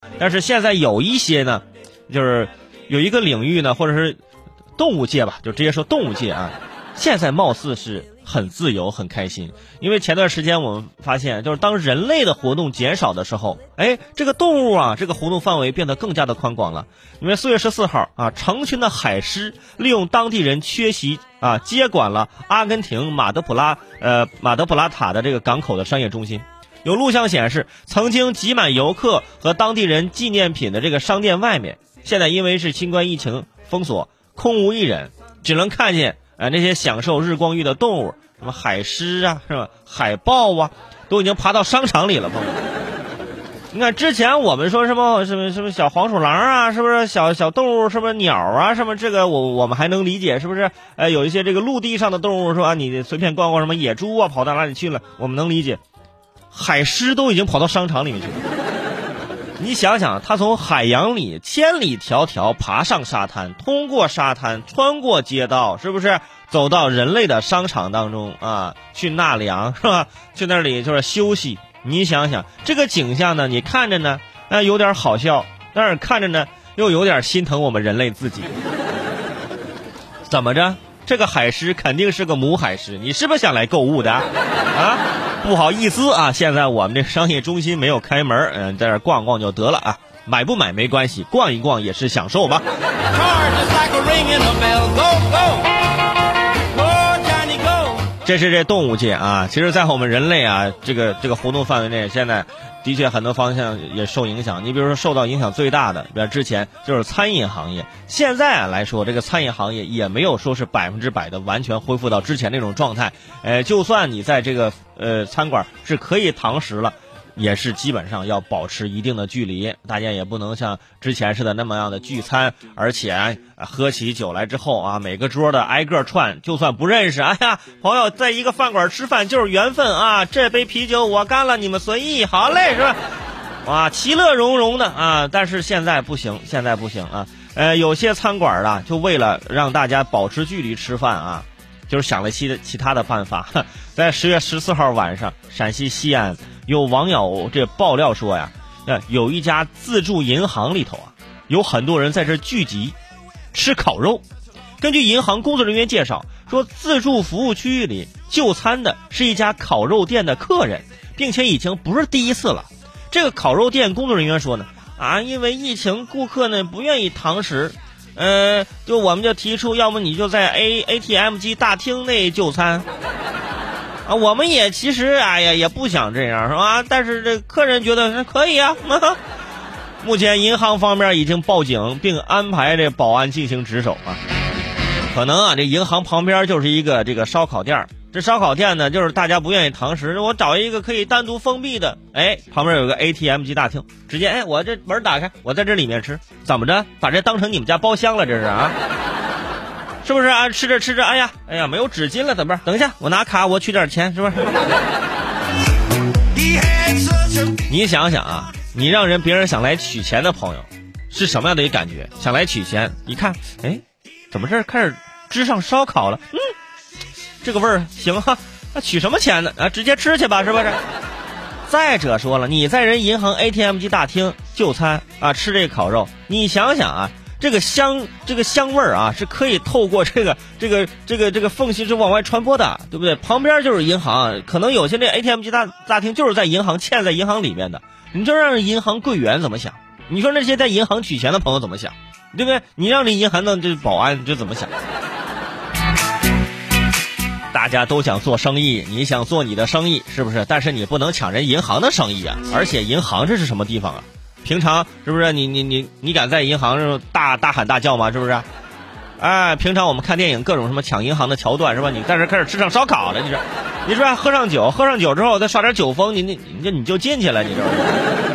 但是现在有一些呢，就是有一个领域呢，或者是动物界吧，就直接说动物界啊，现在貌似是很自由很开心。因为前段时间我们发现，就是当人类的活动减少的时候，这个动物啊，这个活动范围变得更加的宽广了。因为4月14号啊，成群的海狮利用当地人缺席啊，接管了阿根廷马德普拉塔的这个港口的商业中心。有录像显示，曾经挤满游客和当地人纪念品的这个商店外面，现在因为是新冠疫情封锁，空无一人，只能看见那些享受日光浴的动物，什么海狮啊，是吧？海豹啊，都已经爬到商场里了，朋友。你看之前我们说什么小黄鼠狼啊，是不是小动物，是不是鸟啊，什么这个我们还能理解，是不是？有一些这个陆地上的动物说你随便逛逛，什么野猪啊跑到哪里去了，我们能理解。海狮都已经跑到商场里面去了。你想想，它从海洋里千里迢迢爬上沙滩，通过沙滩，穿过街道，是不是走到人类的商场当中啊，去纳凉，是吧？去那里就是休息。你想想这个景象呢，你看着呢有点好笑，但是看着呢又有点心疼我们人类自己。怎么着？这个海狮肯定是个母海狮，你是不是想来购物的啊？不好意思啊，现在我们这商业中心没有开门，在这逛逛就得了啊，买不买没关系，逛一逛也是享受吧。这是这动物界啊，其实在我们人类啊这个活动范围内，现在的确很多方向也受影响。你比如说受到影响最大的，比如之前就是餐饮行业，现在来说这个餐饮行业也没有说是100%的完全恢复到之前那种状态。就算你在这个餐馆是可以堂食了，也是基本上要保持一定的距离，大家也不能像之前似的那么样的聚餐，而且喝起酒来之后啊，每个桌的挨个串，就算不认识，哎呀，朋友在一个饭馆吃饭就是缘分啊，这杯啤酒我干了，你们随意，好嘞，是吧？哇，其乐融融的啊！但是现在不行啊！有些餐馆啊，就为了让大家保持距离吃饭啊，就是想了其他的办法。在10月14号晚上，陕西西安有网友这爆料说呀，有一家自助银行里头啊，有很多人在这聚集吃烤肉。根据银行工作人员介绍说，自助服务区域里就餐的是一家烤肉店的客人，并且已经不是第一次了。这个烤肉店工作人员说呢，因为疫情，顾客呢不愿意堂食，就我们就提出，要么你就在 ATM 机大厅内就餐。我们也其实也不想这样，是吧？但是这客人觉得可以啊。目前银行方面已经报警，并安排这保安进行值守啊。可能这银行旁边就是一个这个烧烤店，这烧烤店呢，就是大家不愿意堂食，我找一个可以单独封闭的，旁边有个 ATM 机大厅，直接我这门打开，我在这里面吃，怎么着？把这当成你们家包厢了，这是啊？是不是啊？吃着，哎呀，没有纸巾了，怎么办？等一下，我拿卡，我取点钱，是不是？你想想啊，你让别人想来取钱的朋友是什么样的一个感觉？想来取钱，一看，怎么这儿开始支上烧烤了？这个味儿行哈，那取什么钱呢？直接吃去吧，是不是？再者说了，你在人银行 ATM 机大厅就餐啊，吃这个烤肉，你想想啊，这个香味儿啊，是可以透过这个缝隙是往外传播的，对不对？旁边就是银行，可能有些这 ATM 机大厅就是在银行嵌在银行里面的，你就让银行柜员怎么想？你说那些在银行取钱的朋友怎么想？对不对？你让这银行的这保安这怎么想？大家都想做生意，你想做你的生意，是不是？但是你不能抢人银行的生意啊！而且银行这是什么地方啊？平常是不是你敢在银行上大喊大叫吗？是不是？平常我们看电影各种什么抢银行的桥段是吧？你在这开始吃上烧烤了，你说喝上酒之后再刷点酒疯，你就进去了，你知道吗？